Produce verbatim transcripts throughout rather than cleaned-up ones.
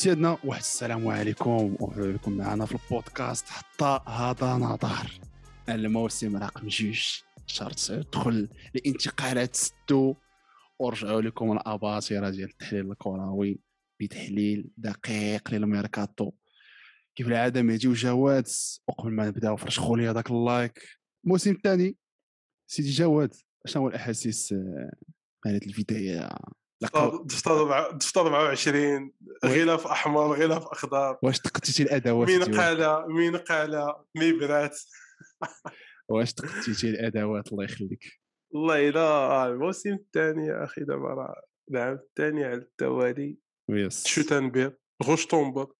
سيدنا واحد السلام عليكم ومرحبا بكم معنا في البودكاست حتى هذا نظر. الموسم رقم جوج شهر تسعة دخل الانتقالات ستو ورجعوا لكم الاباطره ديال التحليل الكروي بتحليل دقيق للميركاتو كيف العاده. مهدي وجواد، وقبل ما نبداو فرشخوا لي هذاك اللايك. الموسم الثاني سيدي جواد، شنو هو الاحاسيس على هذه البدايه؟ دفتر أربعة وعشرين غلاف احمر غلاف اخضر. واش تقتيتي الادوات مين قاله مين قاله ميبرات واش تقتيتي الادوات؟ الله يخليك. والله الا الموسم الثاني يا اخي دابا العام الثاني على التوالي. ويس شو تنبير غوش طومبر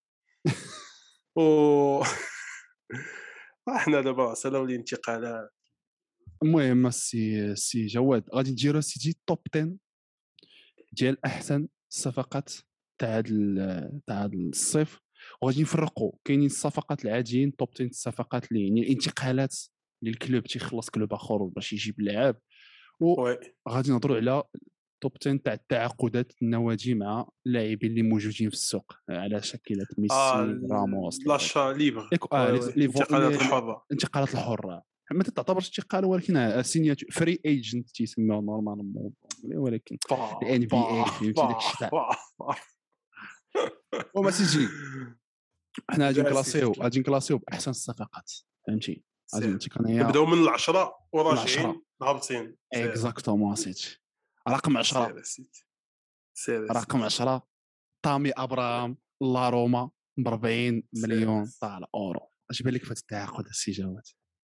و احنا دابا وصلوا الانتقالات. المهم السي سي جواد، غادي نديرو سيدي توب عشرة ديال احسن الصفقات تاع هذا تاع هذا الصيف، وغادي نفرقوا كاينين الصفقات العاديين توب عشرة الصفقات اللي يعني الانتقالات للكلوب تيخلص كلوب اخر باش يجيب لاعب، وغادي نهضروا على توب عشرة تاع التعاقدات النوادي مع اللاعبين اللي موجودين في السوق على شكل ميسي آه راموس لاشا ليبر آه لي انتقالات الحره انتقالات الحره ما تعتبرش انتقال ولكن سينياتور فري ايجنت تيسميوه نورمالمون، ولكن الان بي اي فهمتي داك الشيء تاع وما سيجي. حنا غادي نكلاسيو غادي نكلاسيو باحسن الصفقات فهمتي. غادي نعطيك انايا نبداو من العشرة وراجعين هابطين. اكزاكتومون سيتي. رقم عشرة رقم عشرة تامي ابراهام لا روما ب أربعين مليون طال اورو. اش بان لك في التعاقد السي جواد؟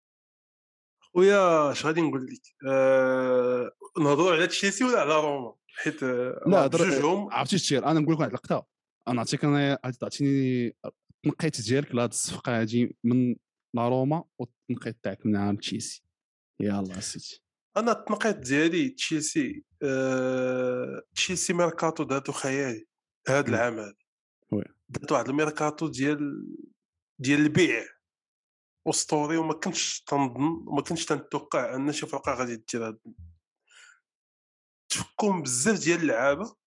خويا اش غادي نقول لك، أه... نهضروا على تشيلسي ولا على روما؟ حيت لا بجوجهم عرفتي الشير. انا نقول لك واحد اللقطه، انا نعطيك انا غادي تعطيني التنقيط ديالك لهاد الصفقه هادي من لا روما والتنقيط تاعك من عام تشيلسي. يلا سيتي. انا التنقيط ديالي تشيلسي. أه... تشيلسي ميركاتو داتو خيالي هذا العام هذا. داتو واحد الميركاتو ديال ديال البيع اسطوري، وما كنتش تنظن وما كنتش تنتوقع ان شي فرقه غادي دير هذا. تفكون بزاف ديال اللعابه،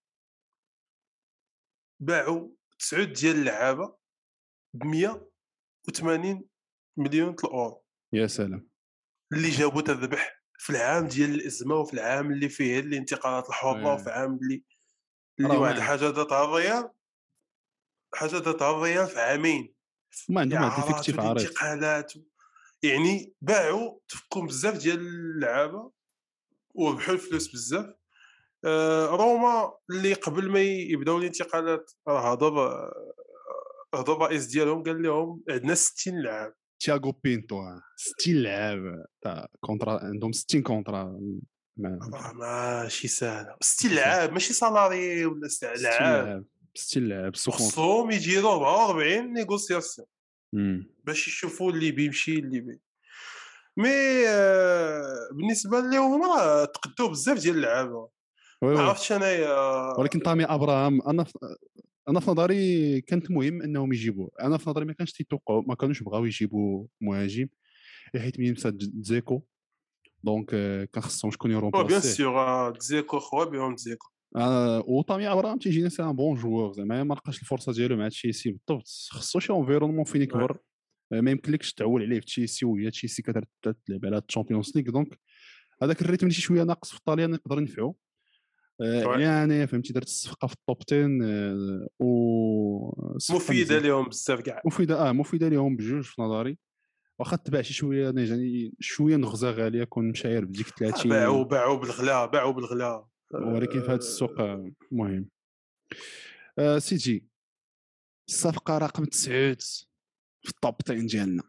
باعوا تسعة ديال اللعابه ب مية وثمانين مليون الاورو. يا سلام. اللي جابوا تذبح في العام ديال الازمه وفي العام اللي فيه الانتقالات الحره وفي العام اللي اللي واحد حاجه دات على الريال حاجه دات على الريال في عامين ما عندهم واحد الافكتيف عارف انتقالات. يعني باعوا تفكون بزاف ديال اللعابه وربحوا الفلوس بزاف. آه روما اللي قبل ما يبداو الانتقالات راه هضر هضر الرئيس ديالهم قال لهم عندنا ستين لاعب. تياغو بينتو ستين لاعب تاع كونترا، عندهم ستين كونترا. ما ماشي سهله ستين لاعب، ماشي سالاري ولا ستين لاعب. ستين لاعب خصهم يديروا أربعة وأربعين نيغوسياسيون باش يشوفوا اللي بيمشي اللي بي مي. آه بالنسبه لهم راه تقدوا بزاف ديال اللعابه. ما عرفتش انايا، ولكن طامي ابراهام انا ف... انا في نظري كانت مهم انهم يجيبوه. انا في نظري ما كانش تيتوقعوا، ما كانوش بغاو يجيبوا مهاجم حيت مين مسات زيكو دونك كان خصهم شكون يرومبلاسي. بيان سيغ زيكو خوا بهم زيكو. آه وطامي ابراهام تيجينا سي ان بون جوور، زعما ما لقاش الفرصه ديالو مع تشيلسي بالضبط. خصو شي انفيرونمون فين يكبر. ما يمكنلكش تعول عليه في تشيلسي وهي تشيلسي كتلعب على الشامبيونز ليغ، دونك هذاك الريتم اللي شويه ناقص في الطاليان يقدر ينفعو. آه يعني فهمتي درت الصفقه في التوب عشرة آه و مفيده لهم بزاف كاع. مفيده اه مفيده لهم بجوج في نظري. واخا تباع شي شويه يعني شويه نغزه غاليه كون مشاير بديك ثلاثين. باعوا باعوا بالغلا باعوا بالغلا ولكن في هذا السوق مهم. آه سيتي الصفقه رقم تسعة في التوب عشرة ديالنا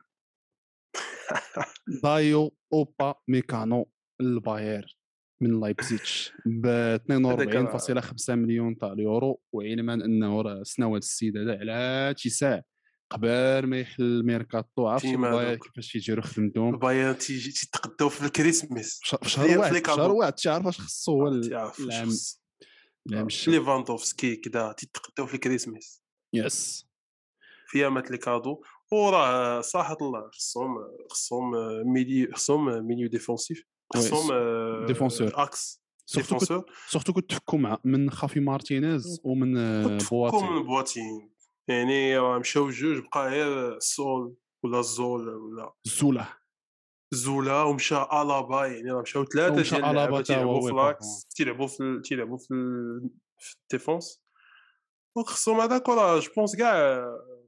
دايو اوبا ميكانو الباير من لايبزيتش ب اثنين وأربعين فاصلة خمسة مليون تاع اليورو. وعلما انه راه سنوات السيد هذا على تيساع قبل ما يحل الميركاتو. عرفتي الباير كيفاش تيجيروا خدمتهم؟ الباير تيجي تيتقداو في الكريسماس في شهر واحد شهر واحد تعرف واش خصو هو العام ليفاندوفسكي كذا تيتقداو في الكريسماس. يس فيها مات لي كادو. وراه صراحه الله خصهم خصهم ميليو خصهم ميليو ديفونسيف خصهم ديفونسور اكس ديفونسور سورتو كنت تفكوا مع من خافي مارتينيز ومن بواتين من بواتين يعني راه مشاو جوج بقى غير السول ولا الزول ولا زولا زولا ومشى الابا يعني راه مشاو ثلاثه ومشى ديال الابا اللعابه تا هو تيلعبوا في وي باغ لاكس تيلعبوا في ال- تيلعبوا في ال- في الديفونس وخصهم هذاك راه جو بونس كاع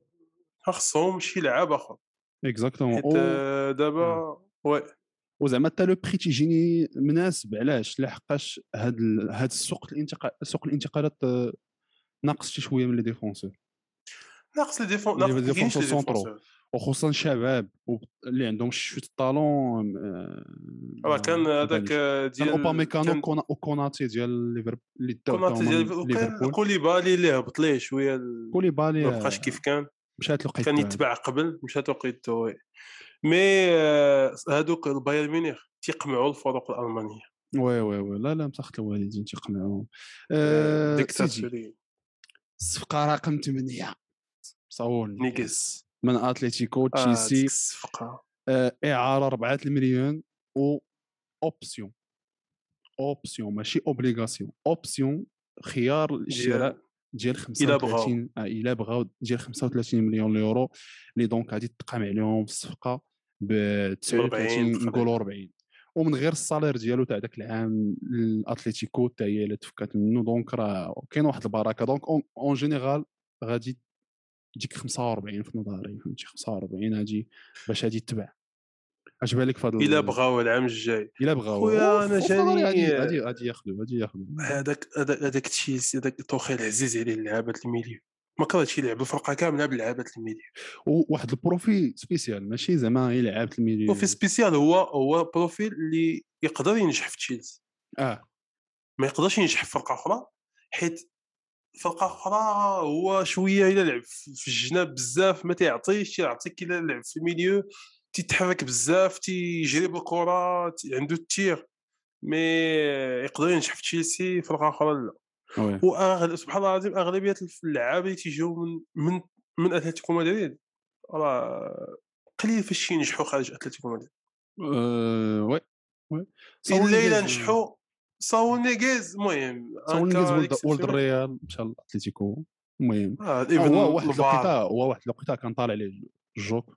خصهم شي لعاب اخر اكزاكتومون حيت او آه، دابا وي وزعما حتى لو بري تيجيني مناسب. علاش؟ لحقاش هاد ال... هاد السوق الانتقال سوق الانتقالات آه، ناقص شي شويه من لي ديفونسور ناقص لي ديفون لي ناقص ما كاينش ديفونسور لي سونترو، ديفونسور وخصوصا شباب وب- اللي عندهم شويه الطالون. آه، راه ما كان هذاك بانش. آه، كان ديال اوباميكانو كان وكونا وكوناتي ديال ليفربول اللي داو حتى كوناتي هما ديال من وكان ليفربول. كوليبالي اللي هبط ليه شويه ال- كوليبالي ما بقاش آه، كيف كان مشات كان لقيت هذا. يتباع قبل مشات وقيتو وي مي آه، هادوك البايرن ميونخ تيقمعوا الفرق الالمانيه وي وي وي لا لا مسخت الوالدين تيقنعوهم. آه، أه سيدي، ديكتاتوري الصفقه رقم ثمانية صاولني نيكس من اتلتيكو اه ديك تشيلسي. الصفقه أه اعاره أربعة المليون و اوبسيون. اوبسيون ماشي اوبليغاسيون، اوبسيون خيار ديال الشراء ديال الا بغاو خمسة وثلاثين آه الا بغاو ديال خمسة وثلاثين مليون يورو اللي دونك غادي تقام عليهم الصفقه ب أربعين تسعة وثلاثين نقولوا تقريبا أربعين. ومن غير الصالير ديالو تاع داك العام الاتليتيكو حتى هي اللي تفكات منه. دونك راه كاين واحد البركه. دونك اون جينيرال غادي تجيك خمسة وأربعين في نظري، فهمتي؟ خمسة وأربعين هادي باش هادي تباع. اش بالك في هذا الا ال... بغاو العام الجاي الا بغاو خويا انا وفي نظري جاني غادي غادي غادي ياخذوا غادي ياخذوا. هذاك هذاك هذاك تشيلسي هذاك توخيل عزيز عليه اللعابه الميليو ما كرهتش يلعب الفرقه كامله بلعابه الميليو وواحد البروفي سبيسيال ماشي زعما غير لعابه وفي الميليو. سبيسيال هو هو بروفيل اللي يقدر ينجح في تشيلسي اه ما يقدرش ينجح في فرقه اخرى حيت فرقه اخرى هو شويه الا لعب في الجناب بزاف ما تيعطيش تيعطيك الا لعب في الميليو تيتحرك بزاف تيجري بالكره تي- عنده التير مي يقدر ينجح في تشيلسي فرقه اخرى لا وي واغلب سبحان الله العظيم اغلبيه اللعابه اللي تيجيو من من من اتلتيكو مدريد راه قليل فاش ينجحوا خارج اتلتيكو مدريد آه وي وي صاول الا الا نيغيز. نجحوا صاول نيغيز المهم ان صاول نيغيز كا ولد ولد اكسبسيونيل الريال مشى لاتليتيكو. المهم اه آه هو ايفن واحد الوقيته الفار هو واحد الوقيته كان طالع عليه الجوك.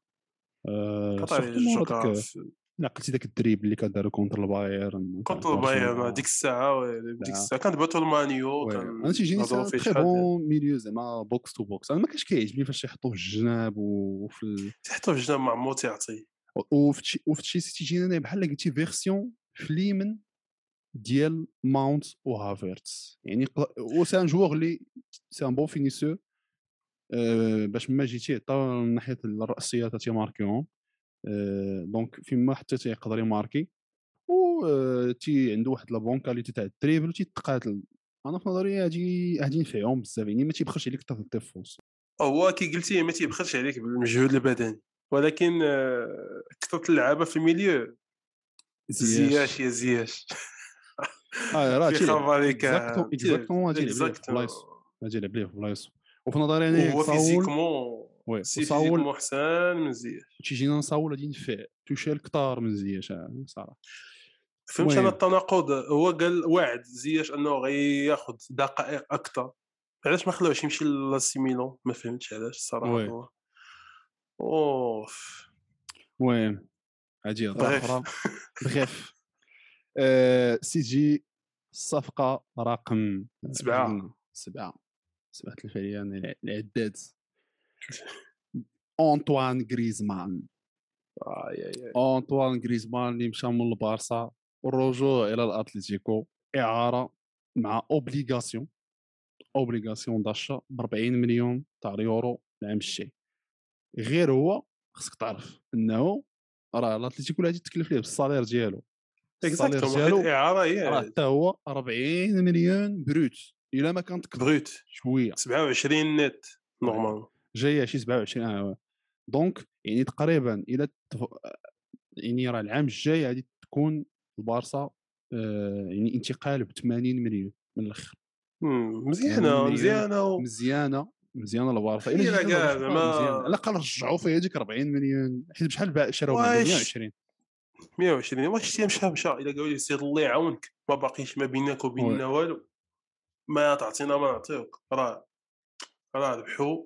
آه قطع سورتو مور الجوكا داك لا قلتي داك الدريب اللي كدارو كونتر البايرن تاع كنت البايرن برشلونه ديك الساعه وي، ديك تاع. الساعه كان باتو المانيو وي انا تيجيني كنهضروا سا فيه تري شحال هذا بون ميليو زعما بوكس تو بوكس. انا ما كانش كيعجبني فاش يحطوه في الجناب وفي ال... حتى في جنب مع مو تيعطي وفي تشي وفي تشيلسي تيجينا أنا بحال قلتي فيرسيون في اليمن ديال ماونت وهافيرتس. يعني قد- و سي ان جوور اللي سي ان بون فينيسور. أه باش ما جيتي حتى من ناحيه الراسيه تيماركيهم. أه دونك فيما حتى تيقدر يماركي و أه تي عنده واحد لا بون كاليتي تاع الدريبل تيتقاتل. انا في نظري هادي هادي نفعهم بزاف. يعني ما تيبخلش عليك حتى في الديفونس. هو كي قلتي ما تيبخلش عليك بالمجهود البدني ولكن آه، كثرة اللعابه في الميليو زياش زياش يا زياش اه راه في تيلعب خبريكا اكزاكتو اكزاكتومون تيلعب ليه في اكزاكتو بلايص. تيلعب ليه في بلايص. وفي نظري انا وهو صاول. فيزيكمون وي سي وصاول فيزيكمون حسان من زياش تيجينا نصاول غادي ينفع توشال كثار من زياش آه، صراحه. فهمت انا المهم التناقض هو قال واعد زياش انه غياخذ دقائق اكثر علاش ما خلاوش يمشي لاسي ميلون ما فهمتش علاش الصراحه وي هو اوف المهم هادي هضره بغيف اخرى. بغيف أه سيجي الصفقه رقم آه، سبعه قلنا سبعه. سبعه الفعليان العداد. أنطوان غريزمان. اي اي اي أنطوان غريزمان اللي مشى من البارسا والرجوع الى الاتليتيكو اعاره مع اوبليغاسيون اوبليغاسيون داشا ب أربعين مليون تاع اليورو العام الجاي. غير هو خصك تعرف انه راه الاتليتيكو اللي غادي تكلف ليه بالصالير ديالو. الصالير اكزاكتومون حيت ديالو اعاره راه هي حتى هو أربعين مليون بروت الا ما كانت كثر بروت شويه. سبعة وعشرين نت نورمالمون جايه شي سبعة وعشرين اه. دونك يعني تقريبا الى تف... يعني راه العام الجاي غادي تكون البارسا آه يعني انتقال ب ثمانين مليون من الاخر. ثمانين مزيانه مليون مزيانه و... مزيانه مزيانه البارسا. الا خيره جينا دابا كاع شوفها مزيانه على زعما الاقل رجعوا فيها ديك أربعين مليون حيت بشحال باع شراو منه واش مية وعشرين. مية وعشرين واش شتي مشى مشى الا قالوا لي سير الله يعاونك ما باقيش ما بينك وبيننا والو ما تعطينا ما نعطيوك راه راه ربحوا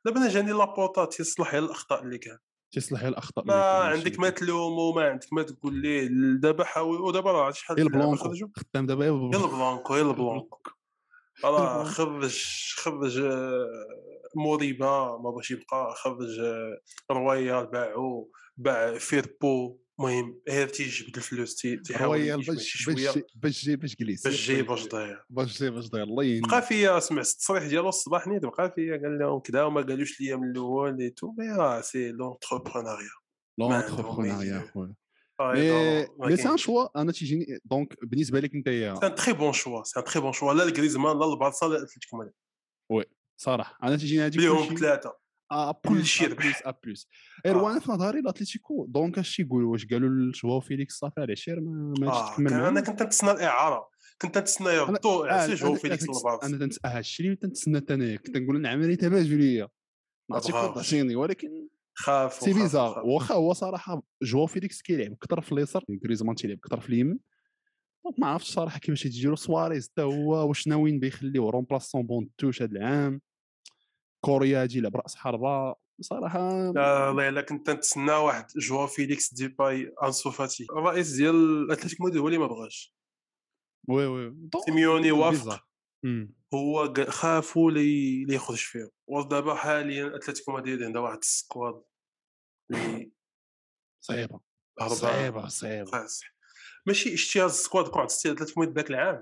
دابا انا جاني لابورتا تيصلح على الاخطاء اللي كان تيصلح على الاخطاء ما اللي كاين عندك ما تلومو ما عندك ما تقول ليه دابا حاول ودابا راه شحال غير في اللعبه البلانكو خرجوا خدام دابا غير يلا بلانكو يلا بلانكو راه البلانكو خرج خرج آه، موريبا ما باش يبقى خرج آه، رويال باعو باع فيربو المهم غير تيجبد الفلوس تي- تيحاول رويال يجمع باش شي باش شويه باش جي باش جليس باش جاي باش داير باش جي باش داير الله بقى يهنيك فيا سمعت التصريح ديالو الصباح نيت بقى فيا قال لهم كذا وما قالوش ليا من الاول لي تو مي راه سي لونتربرونيا ما عندهم ما لونتربرونيا يديروا خويا اه مي يداروا ما مي سي ان كاينش شوا انا تيجيني دونك بالنسبه لك انت يا سي ان تري بون شوا سي ان تري بون شوا لا الجريزمان لا البارسا لا الاتليتيكو مدريد وي صراحه انا تيجيني هذيك بليهم كلشي بثلاثه ا بلوس كلشي ا بلوس ربح ا بلوس غير وانا اه في نظري الاتليتيكو دونك اش يقولوا واش قالوا لشواو فيليكس صافي على عشير ما ماهيش اه تكمل كان انا معاه كنت نتسنى الاعاره كنت نتسنى انا يردوا اه عرفتي جو انا انا فيليكس تنتس... للبارسا انا تنتس اه الشيء اللي تنتسنى انا كنت نقول نعم ريت باش ليا ما نعطيك بغاوش تعطيني ولكن خافوا سي خافوا بيزار خافوا واخا هو صراحه جواو فيليكس كيلعب اكثر في اليسار غريزمان تيلعب اكثر في اليمين دونك ما عرفتش صراحه كيفاش يجيرو سواريز حتى هو واش ناويين بيخليوه رومبلاسون بون توش هذا العام كوريا يجي يلعب راس حربه صراحه لا لا الا كنت نتسنى واحد جو فيليكس ديباي انسو فاتي الرئيس ديال الاتليتيكو مدريد هو اللي ما بغاش وي وي سيميوني دونك بيزار وافق هو قا- خافوا لي لي يخرج فيهم ودابا حاليا اتلتيكو مدريد عنده واحد السكواد اللي صعيبه هربان صعيبه صعيبه فاسح ماشي اشتي هذا السكواد كون عطيتي اتلتيكو مدريد ذاك العام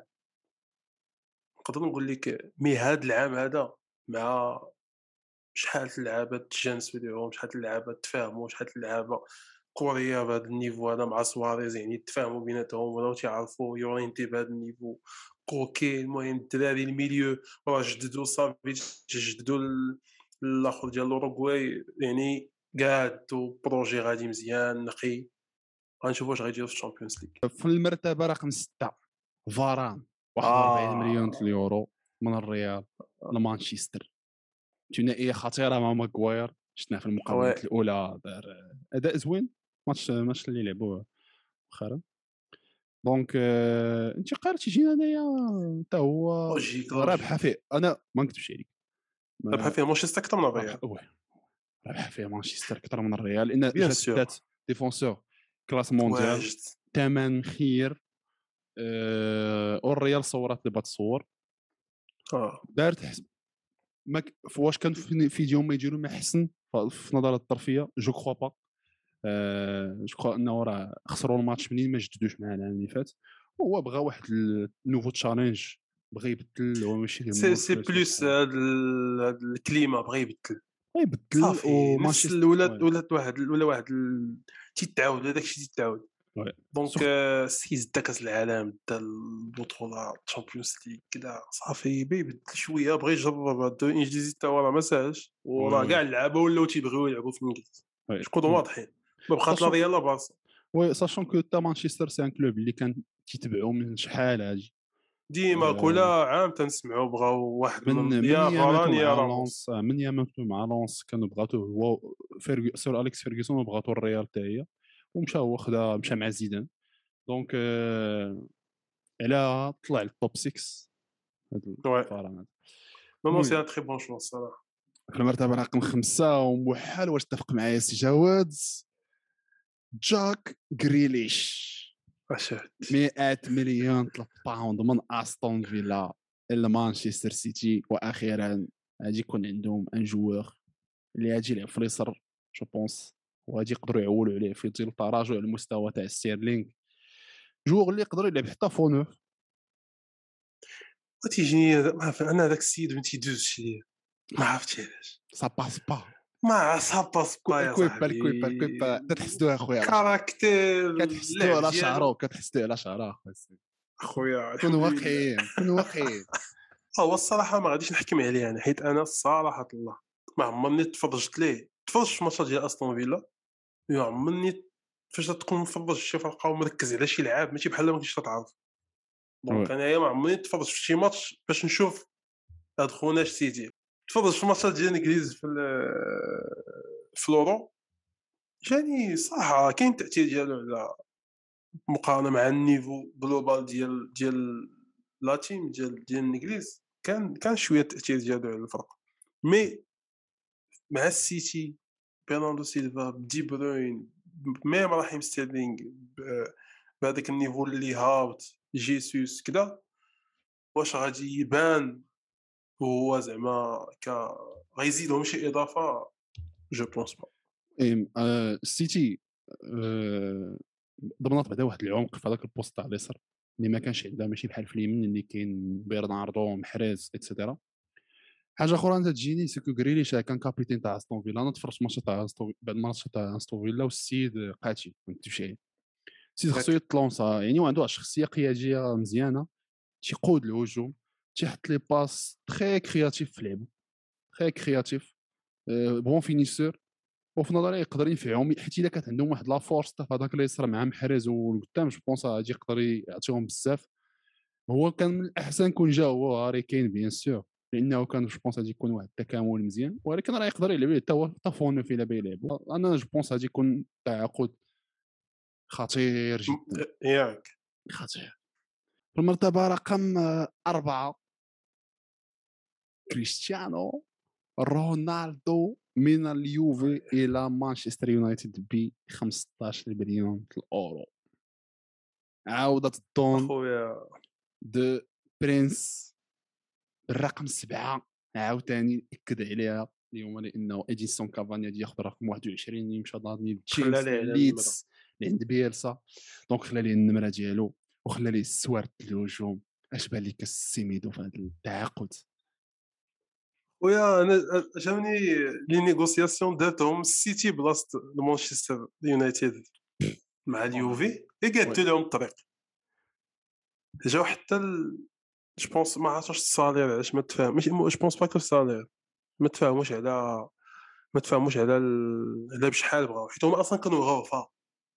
نقدر نقول لك مي هذا العام هذا مع شحال اللعابه تجانسوا ليهم شحال اللعابه تفاهموا شحال اللعابه كوريا بهذا النيفو هذا مع سواريز يعني تفاهموا بيناتهم ولاو تيعرفوا يورينتي بهذا النيفو كوكي المهم الدراري الميليو راه جددوا سافيتش جددوا ال- الاخر ديال الاوروغواي يعني قادوا بروجي غادي مزيان نقي غنشوفوا واش غيديروا في الشامبيونز ليغ في المرتبه رقم ستة فاران واحد وأربعين مليون اه يورو من الريال لمانشستر ثنائيه خطيره مع ماغواير شفنا في المقابلات وي الاولى دار اداء زوين ماتش ماتش اللي لعبوه مؤخرا دونك آه، انتقال تيجينا هنايا حتى هو لوجيك رابحه لوجيك فيه انا ما نكذبش عليك ربح ما فيها مانشستر اكثر من رابحه الريال وي رابحه فيه مانشستر اكثر من الريال لان بيان جات سور دات ديفونسور كلاس مونديال واجد ثمن خير أه والريال صورت اللي بتصور اه دارت حسب ما ك... واش كان في فيديو ما يديروا ما حسن في نظر الطرفيه جو كخوا با أه جو كخوا انه راه خسروا الماتش منين ما جددوش معاه العام اللي فات هو بغى واحد النوفو تشالنج بغى يبدل هو ماشي سي همو سي الفلوس بلوس والشحال هاد ال- هاد الكليمه بغا يبدل بغى يبدل صافي نفس ال- ومانشستر ولات وي ولات واحد ولا واحد ال- تيتعاود هذاك الشيء تيتعاود وي دونك سورت آه، سيز دا كاس العالم دا البطوله الشامبيونز ليغ كذا صافي بغا يبدل شويه بغا يجرب هاد الانجليزي تا هو راه ما ساهلش وراه وي كاع اللعابه ولاو تيبغيو يلعبوا في الانجليز وي نكونوا واضحين ما بقات لا ساشون ريال لا بارسا وي ساشون كو تا مانشستر سي ان كلوب اللي كان كيتبعوا من شحال هادي ديما كل أه عام تنسمعوا بغاو واحد من من من يا ياماتو فاران يا مع راموس لونس آه، من ياماتو مع لونس كانوا بغاتوه هو فيرغي سور اليكس فيرغسون بغاتو الريال حتى هي ومشى هو خدا مشى مع زيدان دونك آه على طلع للتوب ستة هذا وي الفاران هذا نو نو سي المهم ان تري بون شو الصراحه في المرتبه رقم خمسة ومحال واش تتفق معايا سي جواد جاك جريليش اشهد مئة مليون ثلاثة باوند من استون فيلا الى مانشستر سيتي واخيرا غادي يكون عندهم ان جوور اللي غادي يلعب في اليسر جو بونس وغادي يقدروا يعولوا عليه في ظل تراجع المستوى تاع ستيرلينغ جوغ اللي يقدر يلعب حتى فونو وتيجيني ما عرف انا هذاك السيد ما تيدوزش ليا ما عرفتش علاش سا باس با ما صاباس با يا الكويبا صاحبي الكويبا الكويبا كتحسدوه اخويا على شعره كاركتير كتحسدوه اللعب على شعره ديالو كتحسدوه على شعره اخويا اخويا كون الحمد لله واقعيين كون واقعيين هو الصراحه ما غاديش نحكم عليه انا حيت انا الصراحه الله ما عمرني تفرجت ليه تفرجت في ماتشات ديال استون فيلا ما عمرني فاش تكون مفرج شي فرقه ومركز على شي لعاب ماشي بحال ما كنتش تعرف وي دونك انايا ما عمرني تفرجت في شي ماتش باش نشوف هاد خونا اش تيدير تفرج في ماتشات ديال الانجليز في ال- في لورو جاني صراحه كاين التاثير ديالو على مقارنه مع النيفو جلوبال ديال ديال لا تيم ديال ديال الانجليز كان كان شويه التاثير ديالو على الفرق مي مع السيتي برناردو سيلفا دي بروين ميم رحيم ستيرلينغ بهذاك النيفو اللي هابط جيسوس كذا واش غادي يبان وهو زعما ك غيزيدهم شي اضافه جو بونس با إيه، آه، السيتي آه، ضمنات بعدا واحد العمق في هذاك البوست تاع اليسار اللي ما كانش عندها ماشي بحال في اليمين اللي كاين برناردو محرز اكسيتيرا. حاجه اخرى انت تجيني سكو غريليش كان كابيتين تاع استون فيلا. انا تفرجت ماتش تاع استون بعد الماتش تاع استون فيلا والسيد قاتي ما نكتبش عليه. السيد خصو يطلونسا يعني وعنده واحد الشخصيه قياديه مزيانه تيقود الهجوم تيحط لي باس تري كرياتيف في لعبه تري كرياتيف بون فينيسور. وفي نظري يقدر ينفعهم حيت الا كانت عندهم واحد لا فورس في هذاك اليسار مع محرز والقدام جو بونس غادي يقدر يعطيهم بزاف. هو كان من الاحسن كون جا هو هاري كين بيان سور لانه كان جو بونس غادي يكون واحد التكامل مزيان ولكن راه يقدر يلعب حتى هو حتى فون في لعب يلعب. انا جو بونس غادي يكون تعاقد خطير جدا ياك خطير. في المرتبه رقم آه، أربعة كريستيانو رونالدو من اليوفي الى مانشستر يونايتد ب خمسة عشر مليون الاورو. عودة الدون اخويا دو برينس الرقم سبعة عاوتاني اكد عليها اليوم لانه اديسون كافاني غادي ياخذ رقم واحد وعشرين اللي مشى ضاد خلى تشيلسي ليه على ليدز اللي عند بيلسا دونك خلى ليه النمره ديالو وخلى ليه السوارت الهجوم. اش بان لك السيميدو في هذا التعاقد؟ ويا انا عجبني لي نيغوسياسيون داتهم السيتي بلاصه مانشستر يونايتد مع اليوفي اللي قادت لهم الطريق جاو حتى ال... جو بونس ما عرفتش الصالير علاش ما تفاهم ماشي جو بونس با كو الصالير ما تفاهموش على ما تفاهموش على ال... على بشحال بغاو حيت هما اصلا كانوا غوفا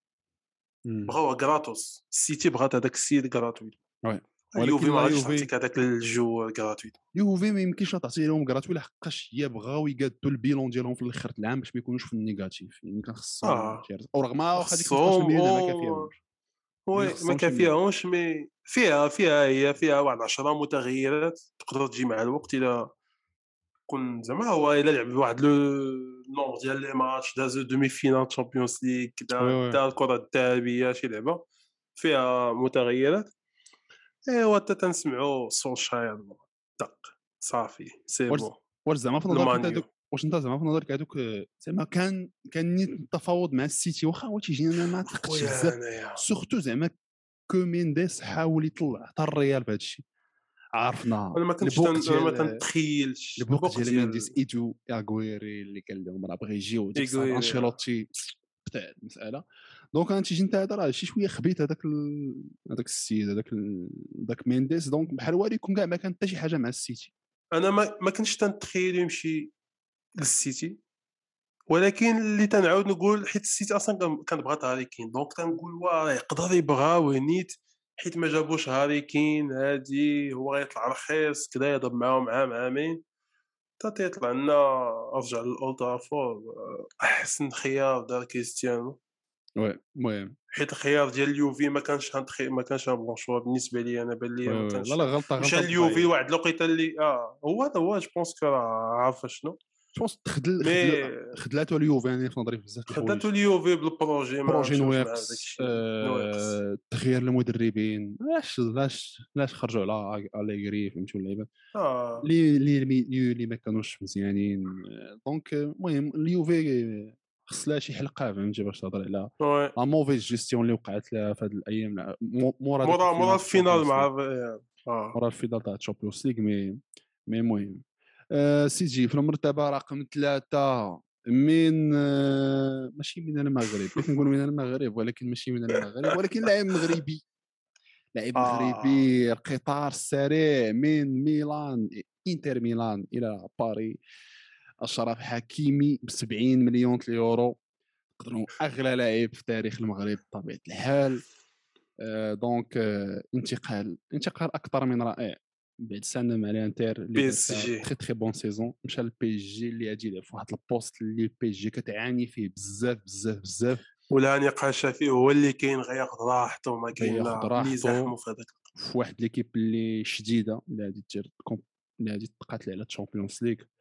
بغاو غراتوس السيتي بغات هذاك السيد غراتوي وي اليوفي ولكن ما لا غاديش يوفي تعطيك هذاك الجو غراتوي يوفي ما يمكنش تعطي لهم غراتوي لحقاش هي بغاو يقادوا البيلون ديالهم في الاخر العام باش ما يكونوش في النيجاتيف يعني كان خصهم اه ورغم واخا ديك خمسطاش خصهم مليون زعما او كافيهمش ما وي ما خصهمش يمدوا. كافياهمش مي فيها فيها هي فيها واحد عشرة متغيرات تقدر تجي مع الوقت الى كون زعما هو الا لعب واحد لو نومبر ديال لي ماتش داز دومي فينال تشامبيونز ليغ وي كدا وي دا الكره الذهبيه شي لعبه فيها متغيرات ايوا حتى تنسمعوا سولشاير دق صافي سي واش بون واش زعما في نظرك انت المانيو هذوك واش انت زعما في نظرك هذوك زعما كان كان نيت التفاوض مع السيتي واخا هو تيجيني انا ما ثقتش خويا بزاف انايا سورتو زعما كو مينديس حاول يطلع حتى الريال بهذا الشيء. عرفنا انا ما كنتش تن... البوق انا ما ديال تنتخيلش البوق البوق ديال مينديس ديال ايتو اغويري اللي قال لهم راه بغى يجيو ديك الساعه ايغويري انشيلوتي بتاع المساله. دونك انا تيجي انت هذا راه شي شويه خبيت هذاك ال... هذاك السيد هذاك ال... هذاك مينديس دونك بحال هو يكون كاع ما كان حتى شي حاجه مع السيتي. انا ما, ما كنتش تنتخيل يمشي للسيتي ولكن اللي تنعاود نقول حيت السيتي اصلا كان بغات هاري كين دونك تنقول واه يقدر يبغاو نيت حيت ما جابوش هاري كين هادي هو غيطلع رخيص كذا يضرب معاهم عام عامين حتى تيطلع لنا ارجع للاولد ترافورد احسن خيار دار كريستيانو وي المهم حيت الخيار ديال اليوفي ما كانش هنتخي ما كانش بون شوا بالنسبه لي انا بان لي وي ما وي لا كانش لا غلطه مشى غلطه اليوفي طبيعيه. واحد الوقيته اللي اه هو هذا هو جو بونس كو راه عارف شنو جوبونس خدل خدل مي خدلاتو اليوفي يعني في نظري بزاف د الحوايج. خداتو اليوفي بالبروجي ما بروجي مشاوش مع نواقص داكشي نواقص آه، تغيير المدربين لاش لاش لاش خرجوا على اليغري فهمتوا اللعيبه اه اللي اللي اللي اللي ما كانوش مزيانين. آه، دونك آه، المهم اليوفي خص لها شي حلقه فهمتي باش تهضر على وي لا موفيز جيستيون اللي وقعت لها في هذه الايام مو- مورا ديك مورا مورا الفينال الفينال تشامبيونز مع ليغ اه مورا الفينال تاع تشامبيونز ليغ مي مي المهم آه سيجي في المرتبه رقم ثلاثة من آه ماشي من المغرب بغيت نقول من المغرب ولكن ماشي من المغرب ولكن لاعب مغربي لاعب اه مغربي القطار السريع من ميلان انتر ميلان الى باري اشرف حكيمي ب سبعين مليون يورو نقدروا اغلى لاعب في تاريخ المغرب بطبيعه الحال. آه دونك آه انتقال انتقال اكثر من رائع بعد سنه مع الانتر اللي بي دار اس فيها جي تري تري بون سيزون مشى للبي جي اللي غادي يلعب في واحد البوست اللي البي جي كتعاني فيه بزاف بزاف بزاف. ولا نقاش فيه هو اللي كاين غياخذ راحته ما كاين غياخد لا اللي راحته يزاحموا في هذاك في واحد ليكيب اللي شديده اللي غادي دير اللي غادي تقاتل على الشامبيونز ليغ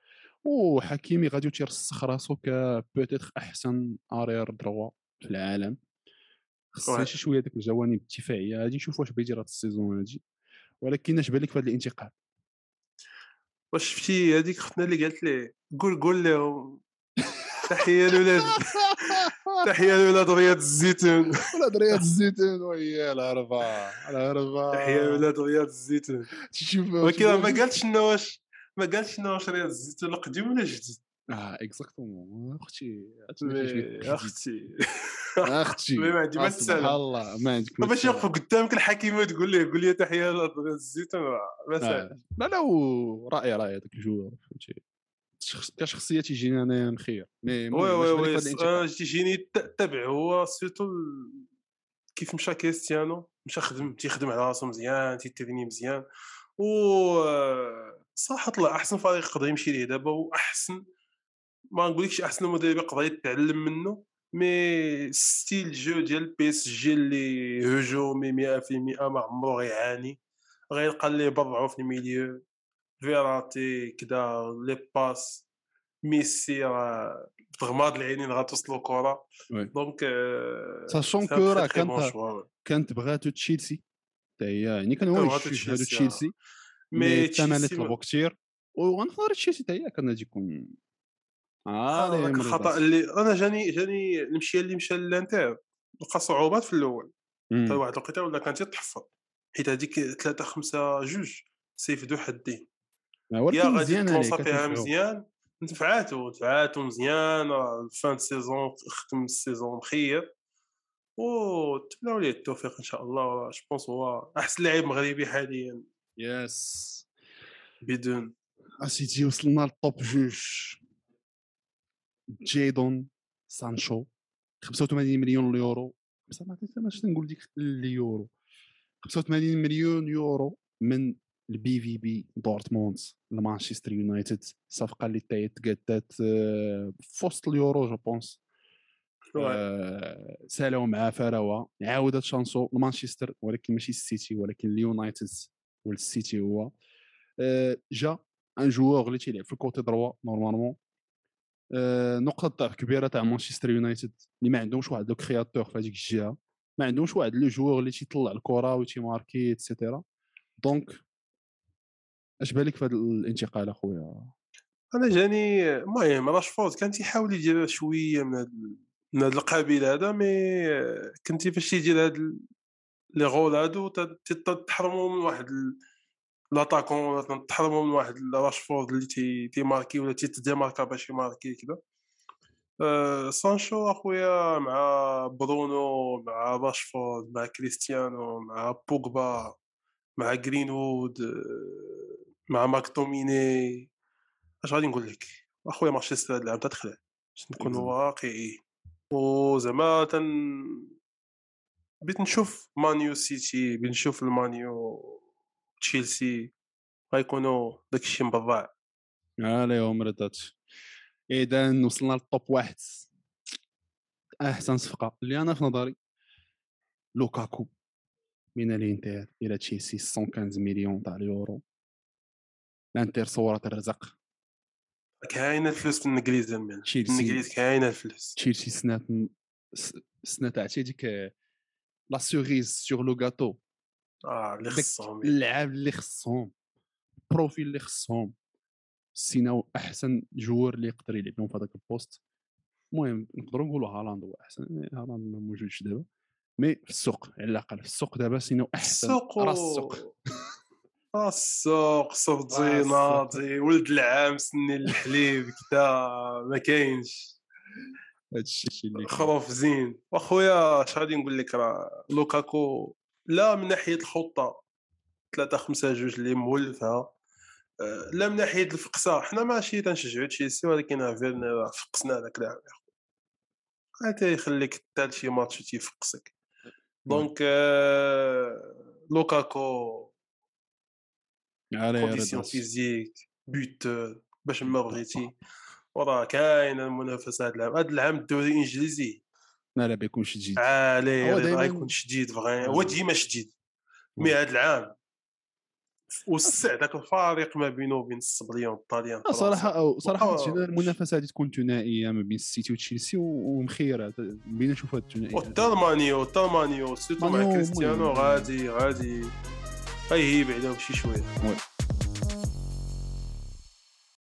وحكيمي غادي تيرسخ راسو ك بوتيتر احسن ارير دروا في العالم. خصنا شي شويه ديك الجوانب الدفاعيه غادي نشوف واش بيجي هاد السيزون هادي. ولكن اش بالك في هذا الانتقال؟ واش شفتي هذيك اختنا اللي قالت لي قول قول لهم تحيه لولاد تحيه لولاد رياض الزيتون ولاد رياض الزيتون ويا الهربه الهربه تحيه لولاد رياض الزيتون. تشوف ولكن ما قالتش شنو واش ما قالتش شنو واش رياض الزيتون قديم ولا جديد. اه اكزاكتومون اختي مي اختي اختي ما عندي ما سبحان تسالى الله ما عندك ما باش يوقف قدامك الحكيمه تقول ليه قول لي تحيه لولاد رياض الزيتون ما سالش. لا لا راي راي هذاك الجوار فهمتي كشخصيه تيجيني انا مخير مي وي المهم وي اش بالك وي في هذا الانتقال؟ تيجيني تبع هو سيرتو كيف مشى كريستيانو مشى خدم تيخدم على راسو مزيان تيتريني مزيان و صراحه طلع احسن فريق يقدر يمشي ليه دابا واحسن ما نقولكش احسن مدرب يقدر يتعلم منه مي ستيل جو ديال بي اس جي اللي هجومي مية بالمية ما عمره غيعاني غيلقى اللي برعو في الميليو فيراتي كدا لي باس ميسي راه بغماض العينين غتوصلوا الكره دونك ساشون كو راه كانت كانت بغاتو تشيلسي حتى هي يعني كانوا يشجعوا تشيلسي مي الثمن طلبوا كثير وغنختار تشيلسي حتى هي كان غادي يكون اه داك الخطا اللي انا جاني جاني المشي اللي مشى للانتر لقى صعوبات في الاول حتى واحد الوقيته ولا كان تيتحفظ حيت هذيك ثلاثة خمسة جوج سيف ذو حدين يا غادي تلونسا فيها مزيان نفعاتو نفعاتو مزيان الفان سيزون ختم السيزون مخير وتمناو ليه التوفيق ان شاء الله. جو بونس هو احسن لاعب مغربي حاليا يس بدون اسيتي وصلنا للطوب جوج جيدون سانشو خمسة وثمانين مليون يورو بصح ما عرفتش نقول ديك اليورو خمسة وثمانين مليون يورو من البي في بي دورتموند لمانشستر يونايتد صفقه اللي تقادات في وسط اليورو جو بونس سالاو مع فراوه عاودت شانسو لمانشستر ولكن ماشي السيتي ولكن اليونايتد والسيتي هو جا ان جوور اللي تيلعب في الكوتي دروا نورمالمون نقطه ضعف كبيره تاع مانشستر يونايتد اللي ما عندهمش واحد لو كرياتور في هذيك الجهه ما عندهمش واحد لو جوور اللي تيطلع الكره وتيماركي ايتترا دونك اش بالك في هذا الانتقال اخويا؟ انا جاني المهم راشفورد كان تيحاول يدير شويه من هذا من هذا القبيل هذا مي كنتي فاش تيدير هاد لي غول هادو تحرموا من واحد لاطاكون تحرموا من واحد راشفورد اللي تي تيماركي ولا تيتديماركا باش يماركي كذا. أه سانشو اخويا مع برونو مع راشفورد مع كريستيانو مع بوغبا مع جرينوود مع ماكتوميني اش غادي نقول لك اخويا مانشستر هاد العام تتخلع باش نكون واقعي وزعما تن بغيت نشوف مانيو سيتي بغيت نشوف المانيو تشيلسي غيكونوا داكشي مبضع عليهم ردات. اذا وصلنا للطوب واحد احسن صفقه اللي انا في نظري لوكاكو من الانتر الى تشيلسي مية وخمسة مليون تاع اليورو. الانتر صورة الرزق كاينه الفلوس في الانجليز من الانجليز كاينه الفلوس. تشيلسي سنات سنات تاع ديك لا سوريز سور لو غاتو اه اللي خصهم اللعاب اللي خصهم بروفيل اللي خصهم سيناو احسن جوار اللي يقدر يلعب لهم في هذاك البوست. المهم نقدروا نقولوا هالاند هو احسن هالاند ما موجودش دابا مي في السوق على الاقل في السوق دابا سيناو احسن راس السوق السوق صبتي ناضي ولد العام سني الحليب كذا ما كاينش هادشي اللي خروف زين. واخويا اش غادي نقول لك راه لوكاكو لا من ناحيه الخطه ثلاثة خمسة جوج اللي مولفها لا من ناحيه الفقصه حنا ماشي تنشجعوا تشيلسي ولكن فيرنا فقسنا داك اللاعب حتى يخليك حتى شي ماتش تيفقسك دونك لوكاكو كونديسيون فيزيك بوت باش ما بغيتي وراه كاين المنافسه هذا العام هذا العام الدوري الانجليزي لا لا بيكون شديد عالي غيكون شديد فغي هو ديما شديد مي هذا العام وسع ذاك الفارق ما بينه وبين السبليون الطاليان صراحه أو صراحه تجينا المنافسه هذه تكون ثنائيه ما بين السيتي وتشيلسي ومخيره بينا نشوف هذه الثنائيه والتالمانيو التالمانيو سيرتو مع كريستيانو غادي غادي غيهيب عليهم شي شويه.